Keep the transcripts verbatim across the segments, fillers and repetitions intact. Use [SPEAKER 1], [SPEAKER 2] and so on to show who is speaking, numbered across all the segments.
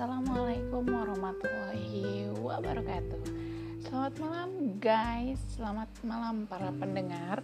[SPEAKER 1] Assalamualaikum warahmatullahi wabarakatuh. Selamat malam guys, selamat malam para pendengar.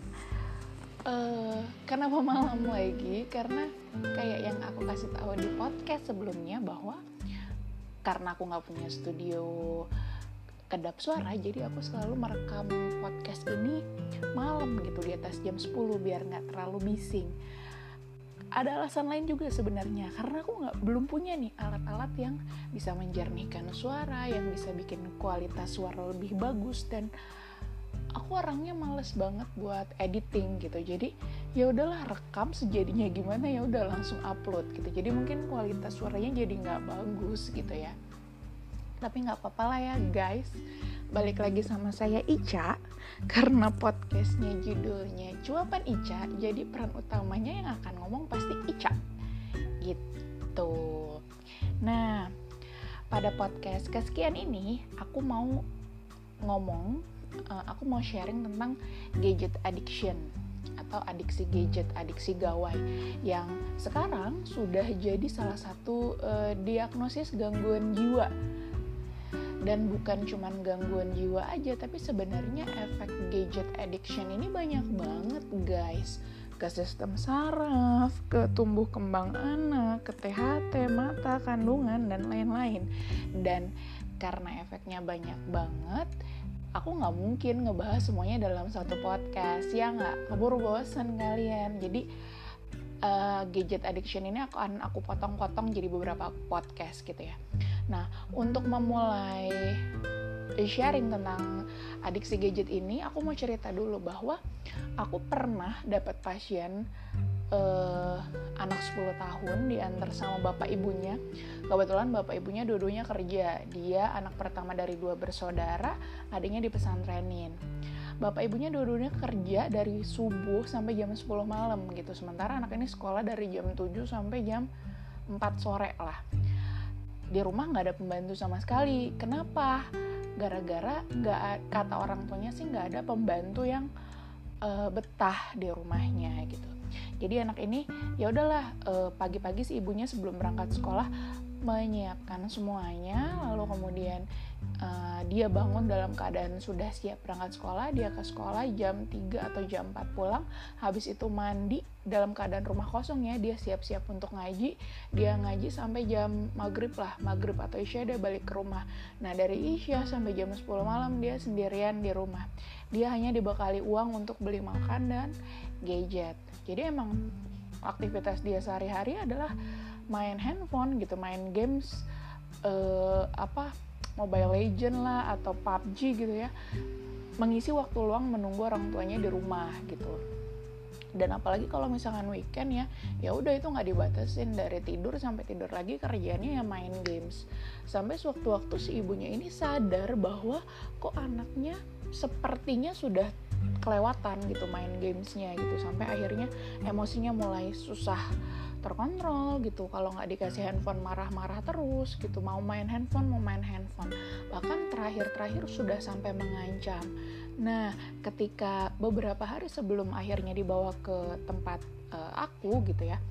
[SPEAKER 1] uh, Kenapa malam lagi? Karena kayak yang aku kasih tahu di podcast sebelumnya, bahwa karena aku gak punya studio kedap suara, jadi aku selalu merekam podcast ini malam gitu, di atas jam sepuluh biar gak terlalu bising. Ada alasan lain juga sebenarnya, karena aku nggak belum punya nih alat-alat yang bisa menjernihkan suara, yang bisa bikin kualitas suara lebih bagus, dan aku orangnya males banget buat editing gitu. Jadi ya udahlah, rekam sejadinya gimana, ya udah langsung upload gitu. Jadi mungkin kualitas suaranya jadi nggak bagus gitu ya. Tapi nggak apa-apa lah ya guys. Balik lagi sama saya Ica, karena podcastnya judulnya Cuapan Ica, jadi peran utamanya yang akan ngomong pasti Ica gitu. Nah, pada podcast kesekian ini aku mau ngomong, uh, aku mau sharing tentang gadget addiction atau adiksi gadget, adiksi gawai, yang sekarang sudah jadi salah satu uh, diagnosis gangguan jiwa. Dan bukan cuman gangguan jiwa aja, tapi sebenarnya efek gadget addiction ini banyak banget guys. Ke sistem saraf, ke tumbuh kembang anak, ke T H T, mata, kandungan, dan lain-lain. Dan karena efeknya banyak banget, aku gak mungkin ngebahas semuanya dalam satu podcast, ya gak? Keburu bosan kalian. Jadi uh, gadget addiction ini aku, aku potong-potong jadi beberapa podcast gitu ya. Nah, untuk memulai sharing tentang adiksi gadget ini, aku mau cerita dulu bahwa aku pernah dapat pasien uh, anak sepuluh tahun diantar sama bapak ibunya. Kebetulan bapak ibunya dua-duanya kerja. Dia anak pertama dari dua bersaudara, adiknya dipesantrenin. Bapak ibunya dua-duanya kerja dari subuh sampai jam sepuluh malam gitu. Sementara anak ini sekolah dari jam tujuh sampai jam empat sore lah. Di rumah nggak ada pembantu sama sekali. Kenapa? Gara-gara nggak, kata orang tuanya sih nggak ada pembantu yang uh, betah di rumahnya gitu. Jadi anak ini ya udahlah, uh, pagi-pagi si ibunya sebelum berangkat sekolah menyiapkan semuanya, lalu kemudian uh, dia bangun dalam keadaan sudah siap berangkat sekolah. Dia ke sekolah jam tiga atau jam empat pulang, habis itu mandi dalam keadaan rumah kosong ya, dia siap-siap untuk ngaji. Dia ngaji sampai jam maghrib lah, maghrib atau isya dia balik ke rumah. Nah dari isya sampai jam sepuluh malam dia sendirian di rumah. Dia hanya dibekali uang untuk beli makan dan gadget. Jadi emang aktivitas dia sehari-hari adalah main handphone gitu, main games uh, apa Mobile Legend lah atau P U B G gitu ya, mengisi waktu luang menunggu orang tuanya di rumah gitu. Dan apalagi kalau misalkan weekend ya, ya udah itu nggak dibatasin, dari tidur sampai tidur lagi kerjanya ya main games. Sampai sewaktu-waktu si ibunya ini sadar bahwa kok anaknya sepertinya sudah kelewatan gitu main gamesnya gitu, sampai akhirnya emosinya mulai susah terkontrol gitu. Kalau nggak dikasih handphone marah-marah terus gitu, mau main handphone mau main handphone, bahkan terakhir-terakhir sudah sampai mengancam. Nah ketika beberapa hari sebelum akhirnya dibawa ke tempat uh, aku gitu ya,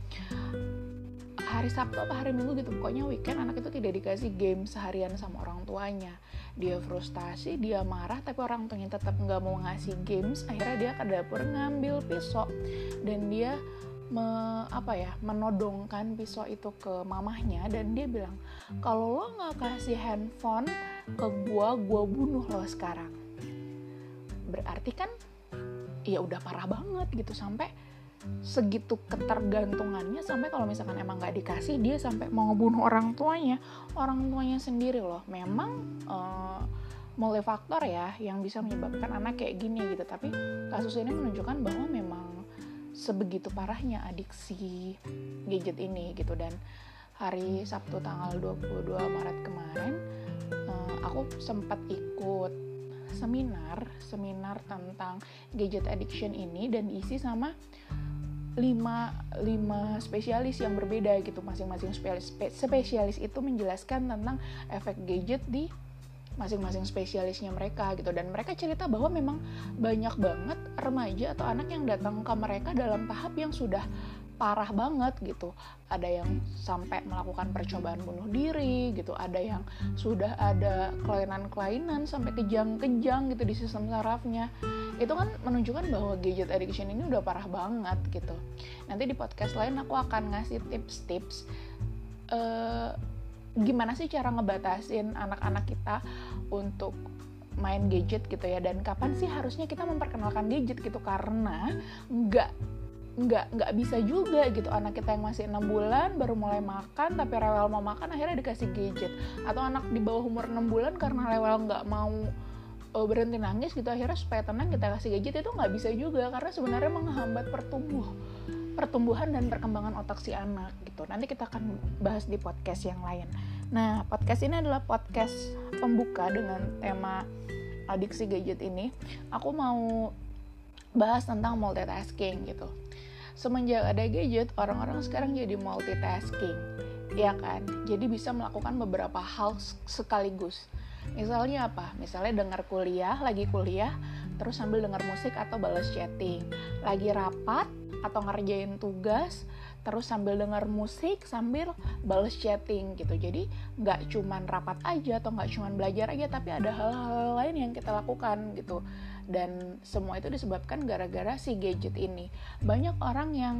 [SPEAKER 1] hari Sabtu apa hari Minggu gitu, pokoknya weekend, anak itu tidak dikasih game seharian sama orang tuanya. Dia frustasi, dia marah, tapi orang tuanya tetap nggak mau ngasih games. Akhirnya dia ke dapur ngambil pisau dan dia me, apa ya menodongkan pisau itu ke mamahnya, dan dia bilang, kalau lo nggak kasih handphone ke gua, gua bunuh lo sekarang. Berarti kan ya udah parah banget gitu, sampai segitu ketergantungannya, sampai kalau misalkan emang nggak dikasih dia sampai mau ngebunuh orang tuanya, orang tuanya sendiri loh. Memang uh, multifaktor ya yang bisa menyebabkan anak kayak gini gitu, tapi kasus ini menunjukkan bahwa memang sebegitu parahnya adiksi gadget ini gitu. Dan hari Sabtu tanggal dua puluh dua Maret kemarin, uh, aku sempat ikut seminar seminar tentang gadget addiction ini, dan diisi sama lima, lima spesialis yang berbeda gitu. Masing-masing spesialis, spesialis itu menjelaskan tentang efek gadget di masing-masing spesialisnya mereka gitu. Dan mereka cerita bahwa memang banyak banget remaja atau anak yang datang ke mereka dalam tahap yang sudah parah banget gitu. Ada yang sampai melakukan percobaan bunuh diri gitu, ada yang sudah ada kelainan-kelainan sampai kejang-kejang gitu di sistem sarafnya. Itu kan menunjukkan bahwa gadget addiction ini udah parah banget gitu. Nanti di podcast lain aku akan ngasih tips-tips uh, gimana sih cara ngebatasin anak-anak kita untuk main gadget gitu ya, dan kapan sih harusnya kita memperkenalkan gadget gitu, karena nggak nggak nggak bisa juga gitu anak kita yang masih enam bulan baru mulai makan tapi rewel mau makan akhirnya dikasih gadget, atau anak di bawah umur enam bulan karena rewel nggak mau uh, berhenti nangis gitu akhirnya supaya tenang kita kasih gadget. Itu nggak bisa juga, karena sebenarnya menghambat pertumbuh pertumbuhan dan perkembangan otak si anak gitu. Nanti kita akan bahas di podcast yang lain. Nah, podcast ini adalah podcast pembuka dengan tema adiksi gadget ini. Aku mau bahas tentang multitasking gitu. Semenjak ada gadget, orang-orang sekarang jadi multitasking, ya kan? Jadi bisa melakukan beberapa hal sekaligus. Misalnya apa? Misalnya dengar kuliah, lagi kuliah, terus sambil dengar musik atau balas chatting. Lagi rapat atau ngerjain tugas, terus sambil dengar musik, sambil balas chatting gitu. Jadi nggak cuman rapat aja atau nggak cuman belajar aja, tapi ada hal-hal lain yang kita lakukan gitu. Dan semua itu disebabkan gara-gara si gadget ini. Banyak orang yang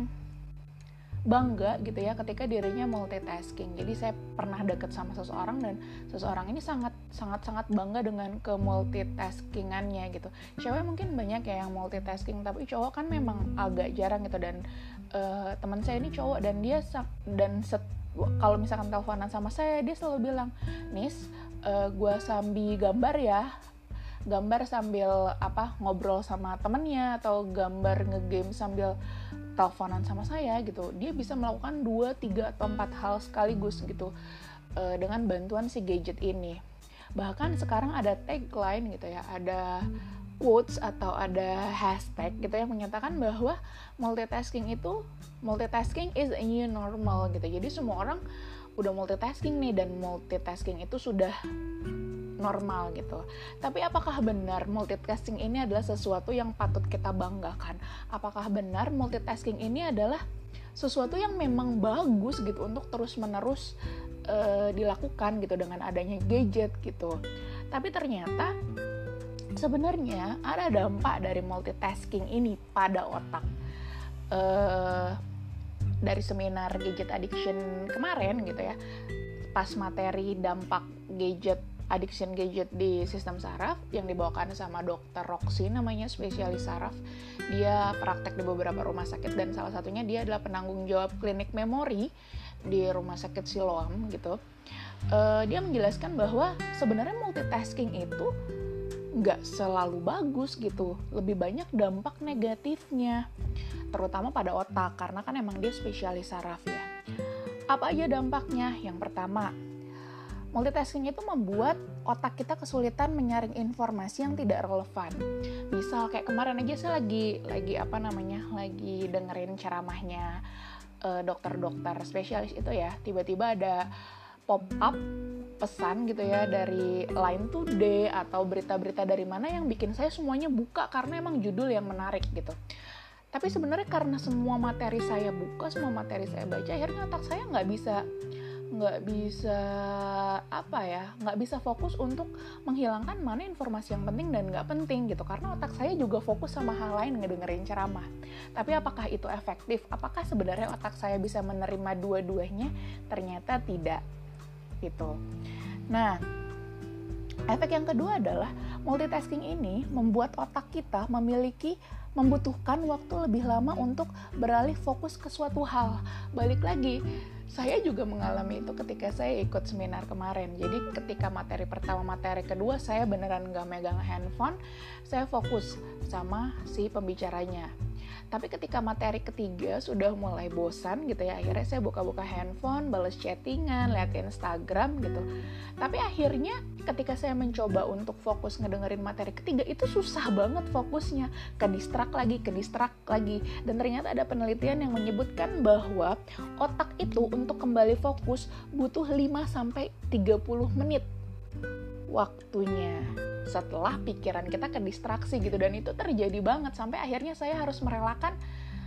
[SPEAKER 1] bangga gitu ya ketika dirinya multitasking. Jadi saya pernah deket sama seseorang dan seseorang ini sangat sangat sangat bangga dengan ke multitaskingannya gitu. Cewek mungkin banyak ya yang multitasking, tapi cowok kan memang agak jarang gitu. Dan uh, teman saya ini cowok dan dia dan set, kalau misalkan teleponan sama saya dia selalu bilang, "Nis, uh, gua sambil gambar ya." Gambar sambil apa ngobrol sama temennya, atau gambar ngegame sambil teleponan sama saya gitu. Dia bisa melakukan dua, tiga, atau empat hal sekaligus gitu uh, dengan bantuan si gadget ini. Bahkan sekarang ada tagline gitu ya, ada quotes atau ada hashtag gitu yang menyatakan bahwa multitasking itu multitasking is a new normal gitu. Jadi semua orang udah multitasking nih, dan multitasking itu sudah normal gitu. Tapi apakah benar multitasking ini adalah sesuatu yang patut kita banggakan? Apakah benar multitasking ini adalah sesuatu yang memang bagus gitu untuk terus-menerus uh, dilakukan gitu dengan adanya gadget gitu? Tapi ternyata sebenarnya ada dampak dari multitasking ini pada otak. Uh, dari seminar gadget addiction kemarin gitu ya, pas materi dampak gadget addiction gadget di sistem saraf yang dibawakan sama dokter Roxy, namanya spesialis saraf. Dia praktek di beberapa rumah sakit dan salah satunya dia adalah penanggung jawab klinik memori di rumah sakit Siloam gitu. Uh, dia menjelaskan bahwa sebenarnya multitasking itu nggak selalu bagus gitu, lebih banyak dampak negatifnya, terutama pada otak karena kan emang dia spesialis saraf ya. Apa aja dampaknya? Yang pertama, multitasking itu membuat otak kita kesulitan menyaring informasi yang tidak relevan. Misal kayak kemarin aja saya lagi lagi apa namanya lagi dengerin ceramahnya uh, dokter-dokter spesialis itu ya, tiba-tiba ada pop up pesan gitu ya dari Line Today atau berita-berita dari mana yang bikin saya semuanya buka karena emang judul yang menarik gitu. Tapi sebenarnya karena semua materi saya buka, semua materi saya baca, akhirnya otak saya nggak bisa nggak bisa apa ya nggak bisa fokus untuk menghilangkan mana informasi yang penting dan nggak penting gitu, karena otak saya juga fokus sama hal lain ngedengerin ceramah. Tapi apakah itu efektif? Apakah sebenarnya otak saya bisa menerima dua-duanya? Ternyata tidak gitu. Nah, efek yang kedua adalah multitasking ini membuat otak kita memiliki membutuhkan waktu lebih lama untuk beralih fokus ke suatu hal. Balik lagi, saya juga mengalami itu ketika saya ikut seminar kemarin. Jadi ketika materi pertama, materi kedua, saya beneran gak megang handphone, saya fokus sama si pembicaranya. Tapi ketika materi ketiga sudah mulai bosan gitu ya, akhirnya saya buka-buka handphone, balas chattingan, lihat Instagram gitu. Tapi akhirnya ketika saya mencoba untuk fokus ngedengerin materi ketiga, itu susah banget fokusnya, ke distract lagi, ke distract lagi. Dan ternyata ada penelitian yang menyebutkan bahwa otak itu untuk kembali fokus butuh lima sampai tiga puluh menit waktunya setelah pikiran kita ke distraksi gitu. Dan itu terjadi banget sampai akhirnya saya harus merelakan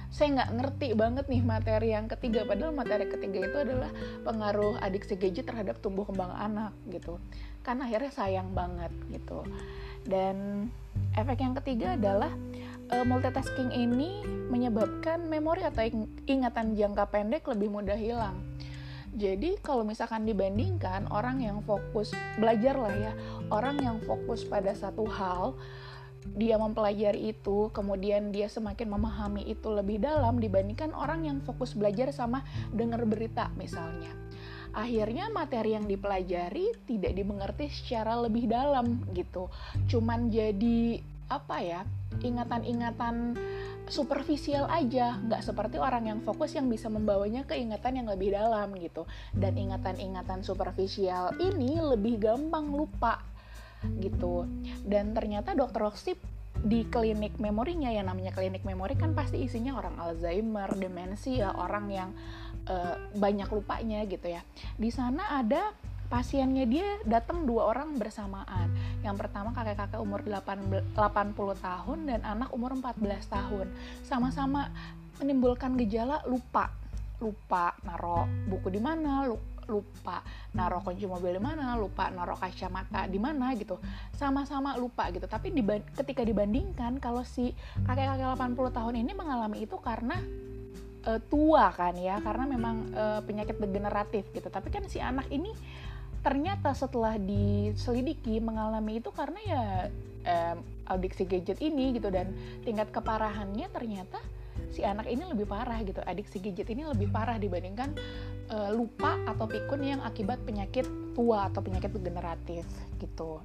[SPEAKER 1] saya nggak ngerti banget nih materi yang ketiga, padahal materi ketiga itu adalah pengaruh adiksi gadget terhadap tumbuh kembang anak gitu. Kan akhirnya sayang banget gitu. Dan efek yang ketiga adalah uh, multitasking ini menyebabkan memori atau ingatan jangka pendek lebih mudah hilang. Jadi kalau misalkan dibandingkan orang yang fokus belajar lah ya, orang yang fokus pada satu hal, dia mempelajari itu, kemudian dia semakin memahami itu lebih dalam dibandingkan orang yang fokus belajar sama dengar berita misalnya. Akhirnya materi yang dipelajari tidak dimengerti secara lebih dalam gitu. Cuman jadi apa ya, ingatan-ingatan superficial aja, nggak seperti orang yang fokus yang bisa membawanya ke ingatan yang lebih dalam gitu. Dan ingatan-ingatan superficial ini lebih gampang lupa gitu. Dan ternyata dokter Roxy di klinik memorinya, yang namanya klinik memori kan pasti isinya orang Alzheimer, demensia, orang yang uh, banyak lupanya gitu ya. Di sana ada pasiennya, dia datang dua orang bersamaan. Yang pertama kakek-kakek umur delapan puluh tahun dan anak umur empat belas tahun. Sama-sama menimbulkan gejala lupa. Lupa naruh buku di mana, lupa naruh kunci mobil di mana, lupa naruh kacamata di mana gitu. Sama-sama lupa gitu. Tapi diba- ketika dibandingkan kalau si kakek-kakek delapan puluh tahun ini mengalami itu karena uh, tua kan ya, karena memang uh, penyakit degeneratif gitu. Tapi kan si anak ini ternyata setelah diselidiki mengalami itu karena ya eh, adiksi gadget ini gitu, dan tingkat keparahannya ternyata si anak ini lebih parah gitu. Adiksi gadget ini lebih parah dibandingkan eh, lupa atau pikun yang akibat penyakit tua atau penyakit degeneratif gitu.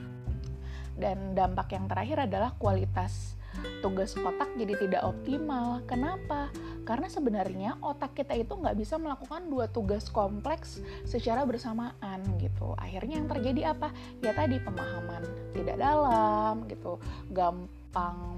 [SPEAKER 1] Dan dampak yang terakhir adalah kualitas tugas otak jadi tidak optimal. Kenapa? Karena sebenarnya otak kita itu nggak bisa melakukan dua tugas kompleks secara bersamaan gitu. Akhirnya yang terjadi apa? Ya tadi, pemahaman tidak dalam gitu, gampang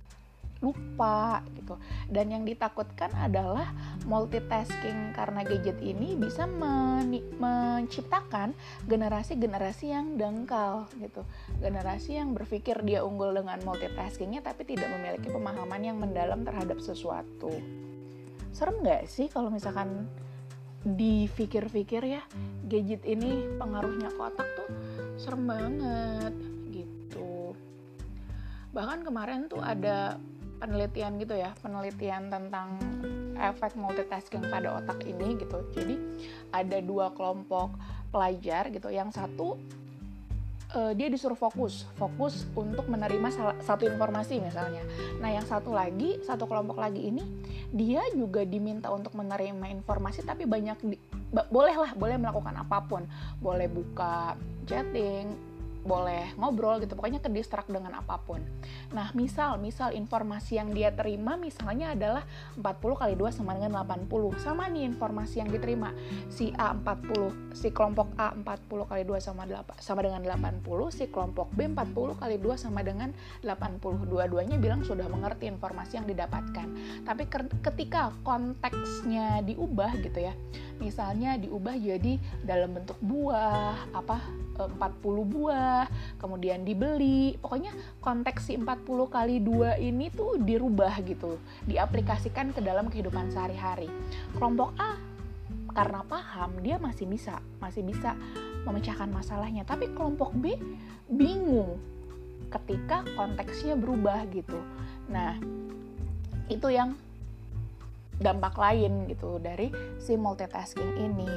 [SPEAKER 1] lupa gitu. Dan yang ditakutkan adalah multitasking karena gadget ini bisa men- menciptakan generasi-generasi yang dangkal gitu. Generasi yang berpikir dia unggul dengan multitaskingnya tapi tidak memiliki pemahaman yang mendalam terhadap sesuatu. Serem gak sih kalau misalkan dipikir-pikir ya, gadget ini pengaruhnya ke otak tuh serem banget gitu. Bahkan kemarin tuh ada penelitian gitu ya, penelitian tentang efek multitasking pada otak ini gitu. Jadi ada dua kelompok pelajar gitu, yang satu uh, dia disuruh fokus, fokus untuk menerima salah, satu informasi misalnya. Nah yang satu lagi, satu kelompok lagi ini, dia juga diminta untuk menerima informasi tapi banyak, di, b- boleh lah, boleh melakukan apapun, boleh buka chatting, boleh ngobrol gitu, pokoknya ke distract dengan apapun. Nah misal, misal informasi yang dia terima misalnya adalah empat puluh kali dua sama dengan delapan puluh. Sama nih informasi yang diterima, si A empat puluh, si kelompok A empat puluh kali dua sama, delapan, sama dengan delapan puluh, si kelompok B empat puluh kali dua sama dengan delapan puluh. Dua-duanya bilang sudah mengerti informasi yang didapatkan. Tapi ketika konteksnya diubah gitu ya, misalnya diubah jadi dalam bentuk buah, apa empat puluh buah, kemudian dibeli, pokoknya konteks si empat puluh kali dua ini tuh dirubah gitu, diaplikasikan ke dalam kehidupan sehari-hari. Kelompok A karena paham, dia masih bisa, masih bisa memecahkan masalahnya, tapi kelompok B bingung ketika konteksnya berubah gitu. Nah, itu yang dampak lain gitu dari si multitasking ini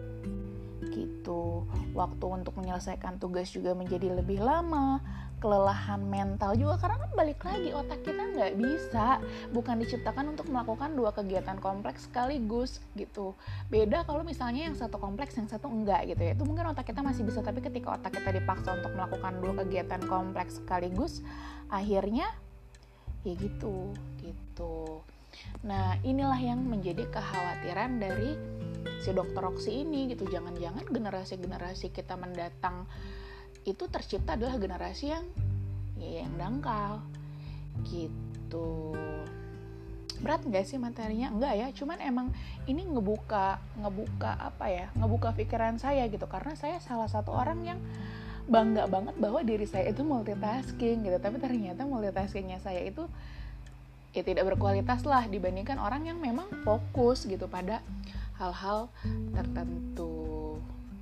[SPEAKER 1] gitu. Waktu untuk menyelesaikan tugas juga menjadi lebih lama, kelelahan mental juga, karena kan balik lagi otak kita nggak bisa, bukan diciptakan untuk melakukan dua kegiatan kompleks sekaligus gitu. Beda kalau misalnya yang satu kompleks, yang satu enggak gitu ya, itu mungkin otak kita masih bisa, tapi ketika otak kita dipaksa untuk melakukan dua kegiatan kompleks sekaligus, akhirnya ya gitu gitu. Nah inilah yang menjadi kekhawatiran dari si dokter Roxy ini gitu. Jangan-jangan generasi-generasi kita mendatang itu tercipta adalah generasi yang ya yang dangkal gitu. Berat nggak sih materinya? Enggak ya, cuman emang ini ngebuka ngebuka apa ya ngebuka pikiran saya gitu, karena saya salah satu orang yang bangga banget bahwa diri saya itu multitasking gitu, tapi ternyata multitaskingnya saya itu ya tidak berkualitas lah dibandingkan orang yang memang fokus gitu pada hal-hal tertentu.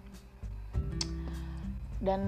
[SPEAKER 1] Dan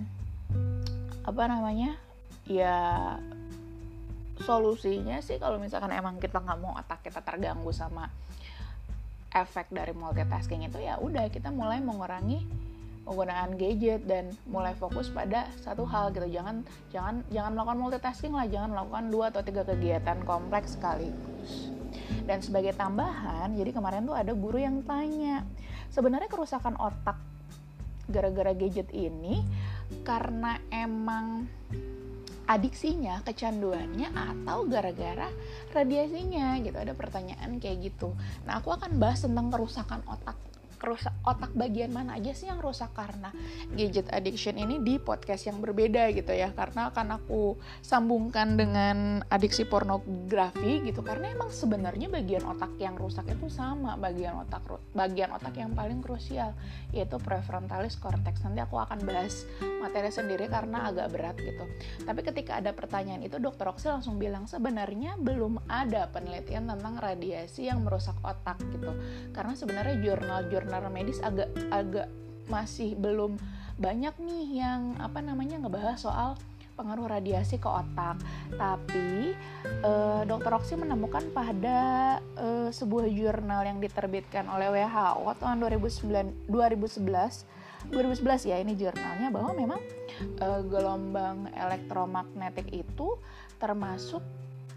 [SPEAKER 1] apa namanya, ya solusinya sih kalau misalkan emang kita nggak mau otak kita terganggu sama efek dari multitasking itu, ya udah kita mulai mengurangi penggunaan gadget dan mulai fokus pada satu hal gitu. Jangan jangan jangan melakukan multitasking lah, jangan melakukan dua atau tiga kegiatan kompleks sekaligus. Dan sebagai tambahan, jadi kemarin tuh ada guru yang tanya, sebenarnya kerusakan otak gara-gara gadget ini karena emang adiksinya, kecanduannya, atau gara-gara radiasinya gitu. Ada pertanyaan kayak gitu. Nah, aku akan bahas tentang kerusakan otak. Kerusak otak bagian mana aja sih yang rusak karena gadget addiction ini di podcast yang berbeda gitu ya, karena akan aku sambungkan dengan adiksi pornografi gitu, karena emang sebenarnya bagian otak yang rusak itu sama, bagian otak bagian otak yang paling krusial yaitu prefrontalis cortex. Nanti aku akan bahas materi sendiri karena agak berat gitu. Tapi ketika ada pertanyaan itu, dokter Oksi langsung bilang sebenarnya belum ada penelitian tentang radiasi yang merusak otak gitu, karena sebenarnya jurnal-jurnal jurnal medis agak agak masih belum banyak nih yang apa namanya ngebahas soal pengaruh radiasi ke otak. Tapi eh, dokter Oksi menemukan pada eh, sebuah jurnal yang diterbitkan oleh W H O tahun dua ribu sembilan, dua ribu sebelas ya, ini jurnalnya, bahwa memang eh, gelombang elektromagnetik itu termasuk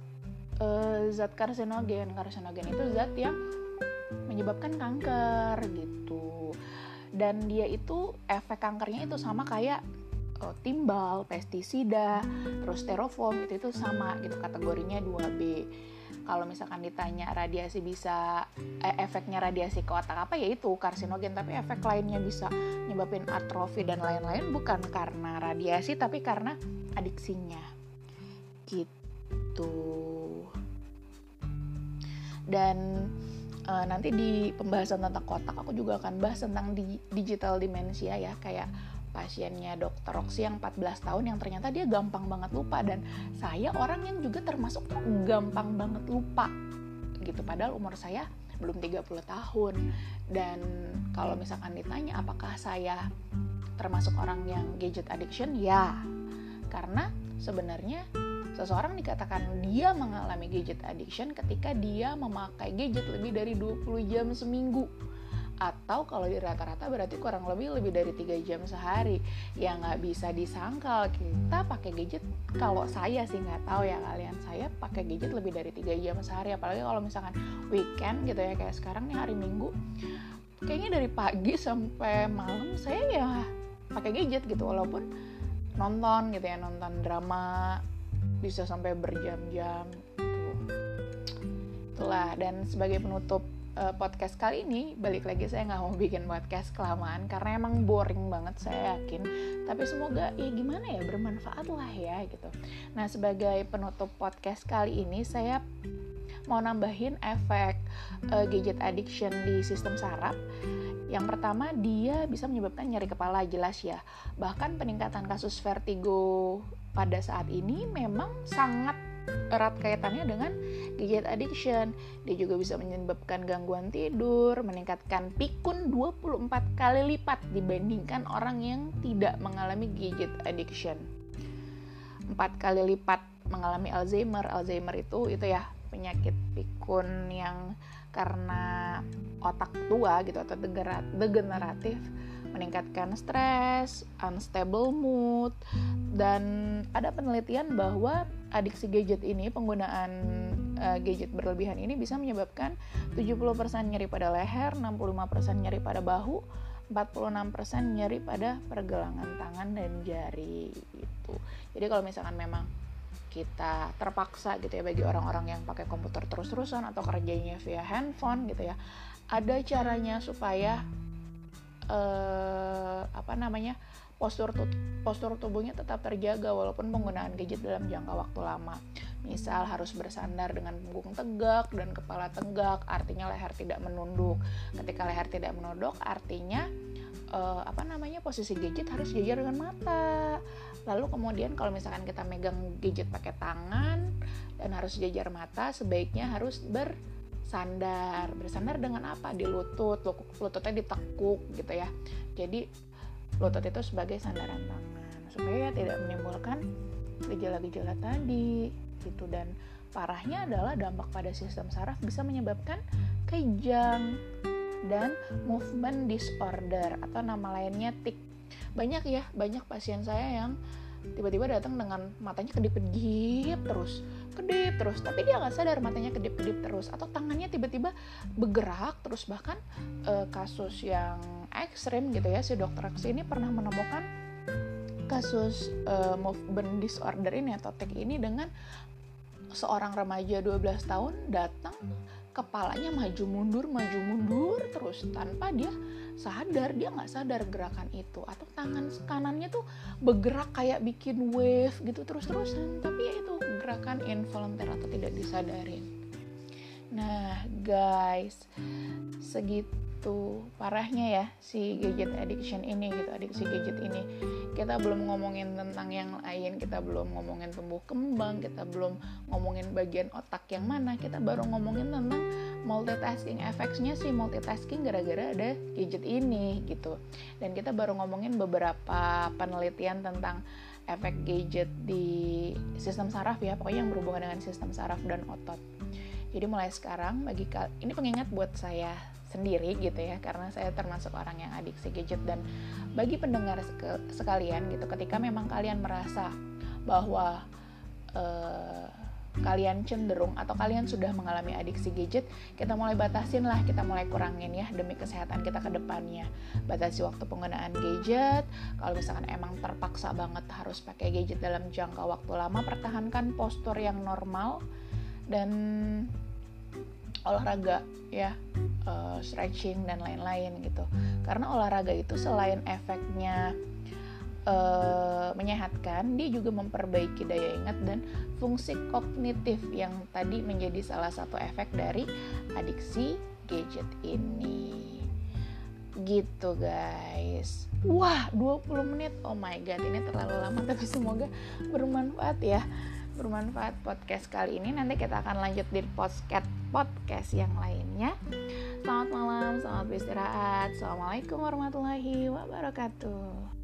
[SPEAKER 1] eh, zat karsinogen. Karsinogen itu zat yang menyebabkan kanker gitu. Dan dia itu efek kankernya itu sama kayak uh, timbal, pestisida, terus styrofoam, itu itu sama gitu, kategorinya dua B. Kalau misalkan ditanya radiasi bisa eh, efeknya radiasi ke otak apa, ya itu karsinogen, tapi efek lainnya bisa nyebabin atrofi dan lain-lain bukan karena radiasi tapi karena adiksinya gitu. Dan Uh, nanti di pembahasan tentang otak aku juga akan bahas tentang di, digital dementia ya, kayak pasiennya dokter Oksi yang empat belas tahun yang ternyata dia gampang banget lupa, dan saya orang yang juga termasuk gampang banget lupa gitu, padahal umur saya belum tiga puluh tahun. Dan kalau misalkan ditanya apakah saya termasuk orang yang gadget addiction, ya, karena sebenarnya seseorang dikatakan dia mengalami gadget addiction ketika dia memakai gadget lebih dari dua puluh jam seminggu, atau kalau di rata-rata berarti kurang lebih lebih dari tiga jam sehari. Ya nggak bisa disangkal kita pakai gadget, kalau saya sih nggak tahu ya kalian, saya pakai gadget lebih dari tiga jam sehari, apalagi kalau misalkan weekend gitu ya, kayak sekarang nih hari Minggu, kayaknya dari pagi sampai malam saya ya pakai gadget gitu, walaupun nonton gitu ya, nonton drama bisa sampai berjam-jam gitu. Itulah. Dan sebagai penutup uh, podcast kali ini, balik lagi, saya nggak mau bikin podcast kelamaan karena emang boring banget, saya yakin, tapi semoga ya gimana ya, bermanfaat lah ya gitu. Nah, sebagai penutup podcast kali ini, saya mau nambahin efek uh, gadget addiction di sistem saraf. Yang pertama, dia bisa menyebabkan nyeri kepala, jelas ya. Bahkan peningkatan kasus vertigo pada saat ini memang sangat erat kaitannya dengan gadget addiction. Dia juga bisa menyebabkan gangguan tidur, meningkatkan pikun dua puluh empat kali lipat dibandingkan orang yang tidak mengalami gadget addiction. empat kali lipat mengalami Alzheimer. Alzheimer itu itu ya penyakit pikun yang karena otak tua gitu atau degeneratif, meningkatkan stres, unstable mood. Dan ada penelitian bahwa adiksi gadget ini, penggunaan uh, gadget berlebihan ini bisa menyebabkan tujuh puluh persen nyeri pada leher, enam puluh lima persen nyeri pada bahu, empat puluh enam persen nyeri pada pergelangan tangan dan jari gitu. Jadi kalau misalkan memang kita terpaksa gitu ya, bagi orang-orang yang pakai komputer terus-terusan atau kerjanya via handphone gitu ya, ada caranya supaya eh, apa namanya postur tu- postur tubuhnya tetap terjaga walaupun penggunaan gadget dalam jangka waktu lama. Misal harus bersandar dengan punggung tegak dan kepala tegak, artinya leher tidak menunduk. Ketika leher tidak menunduk, artinya uh, apa namanya posisi gadget harus sejajar dengan mata. Lalu kemudian kalau misalkan kita megang gadget pakai tangan dan harus sejajar mata, sebaiknya harus bersandar. Bersandar dengan apa? Di lutut, lututnya ditekuk gitu ya. Jadi lutut itu sebagai sandaran tangan supaya tidak menimbulkan gejala-gejala tadi gitu. Dan parahnya adalah dampak pada sistem saraf bisa menyebabkan kejang dan movement disorder atau nama lainnya tic. Banyak ya, banyak pasien saya yang tiba-tiba datang dengan matanya kedip-kedip terus, kedip terus, tapi dia nggak sadar matanya kedip-kedip terus, atau tangannya tiba-tiba bergerak terus. Bahkan e, kasus yang ekstrim gitu ya, si dokter X ini pernah menemukan kasus e, movement disorder ini atau tic ini dengan seorang remaja dua belas tahun datang, kepalanya maju mundur maju mundur terus tanpa dia sadar, dia nggak sadar gerakan itu, atau tangan kanannya tuh bergerak kayak bikin wave gitu terus-terusan, tapi ya itu gerakan involunteer atau tidak disadarin. Nah guys, segitu parahnya ya si gadget addiction ini gitu, adiksi gadget ini. Kita belum ngomongin tentang yang lain, kita belum ngomongin tumbuh kembang, kita belum ngomongin bagian otak yang mana, kita baru ngomongin tentang multitasking. Efeknya sih multitasking gara-gara ada gadget ini gitu. Dan kita baru ngomongin beberapa penelitian tentang efek gadget di sistem saraf ya, pokoknya yang berhubungan dengan sistem saraf dan otot. Jadi mulai sekarang, bagi kal- ini pengingat buat saya sendiri gitu ya, karena saya termasuk orang yang adiksi gadget. Dan bagi pendengar sek- sekalian gitu, ketika memang kalian merasa bahwa eh, kalian cenderung atau kalian sudah mengalami adiksi gadget, kita mulai batasin lah, kita mulai kurangin ya demi kesehatan kita ke depannya. Batasi waktu penggunaan gadget. Kalau misalkan emang terpaksa banget harus pakai gadget dalam jangka waktu lama, pertahankan postur yang normal dan olahraga ya, uh, stretching dan lain-lain gitu. Karena olahraga itu selain efeknya uh, menyehatkan, dia juga memperbaiki daya ingat dan fungsi kognitif yang tadi menjadi salah satu efek dari adiksi gadget ini. Gitu guys. Wah, dua puluh menit. Oh my god, ini terlalu lama, tapi semoga bermanfaat ya. Bermanfaat podcast kali ini. Nanti kita akan lanjut di podcast podcast yang lainnya. Selamat malam, selamat beristirahat. Assalamualaikum warahmatullahi wabarakatuh.